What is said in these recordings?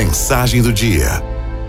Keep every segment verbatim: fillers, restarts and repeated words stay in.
Mensagem do dia.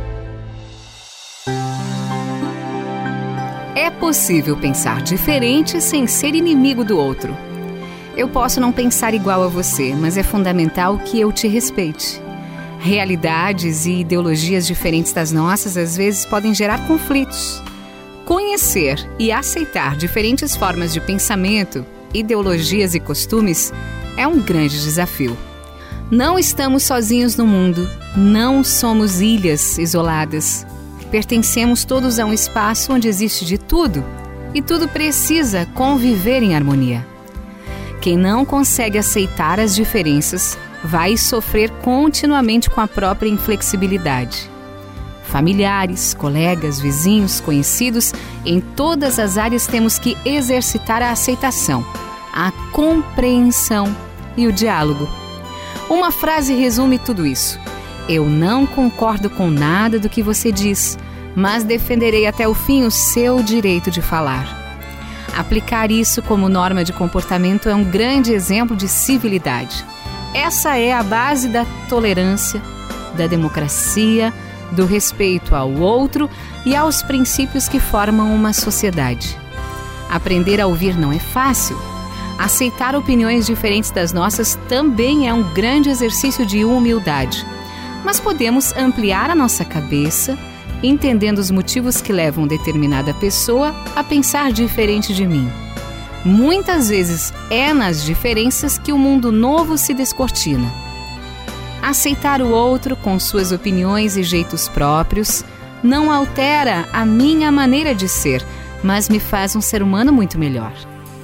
É possível pensar diferente sem ser inimigo do outro. Eu posso não pensar igual a você, mas é fundamental que eu te respeite. Realidades e ideologias diferentes das nossas às vezes podem gerar conflitos. Conhecer e aceitar diferentes formas de pensamento, ideologias e costumes é um grande desafio. Não estamos sozinhos no mundo, não somos ilhas isoladas. Pertencemos todos a um espaço onde existe de tudo e tudo precisa conviver em harmonia. Quem não consegue aceitar as diferenças vai sofrer continuamente com a própria inflexibilidade. Familiares, colegas, vizinhos, conhecidos, em todas as áreas temos que exercitar a aceitação, a compreensão e o diálogo. Uma frase resume tudo isso. Eu não concordo com nada do que você diz, mas defenderei até o fim o seu direito de falar. Aplicar isso como norma de comportamento é um grande exemplo de civilidade. Essa é a base da tolerância, da democracia, do respeito ao outro e aos princípios que formam uma sociedade. Aprender a ouvir não é fácil. Aceitar opiniões diferentes das nossas também é um grande exercício de humildade. Mas podemos ampliar a nossa cabeça, entendendo os motivos que levam determinada pessoa a pensar diferente de mim. Muitas vezes é nas diferenças que o mundo novo se descortina. Aceitar o outro com suas opiniões e jeitos próprios não altera a minha maneira de ser, mas me faz um ser humano muito melhor.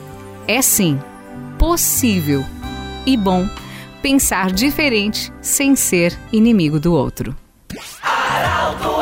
É sim possível e bom pensar diferente sem ser inimigo do outro. Arauto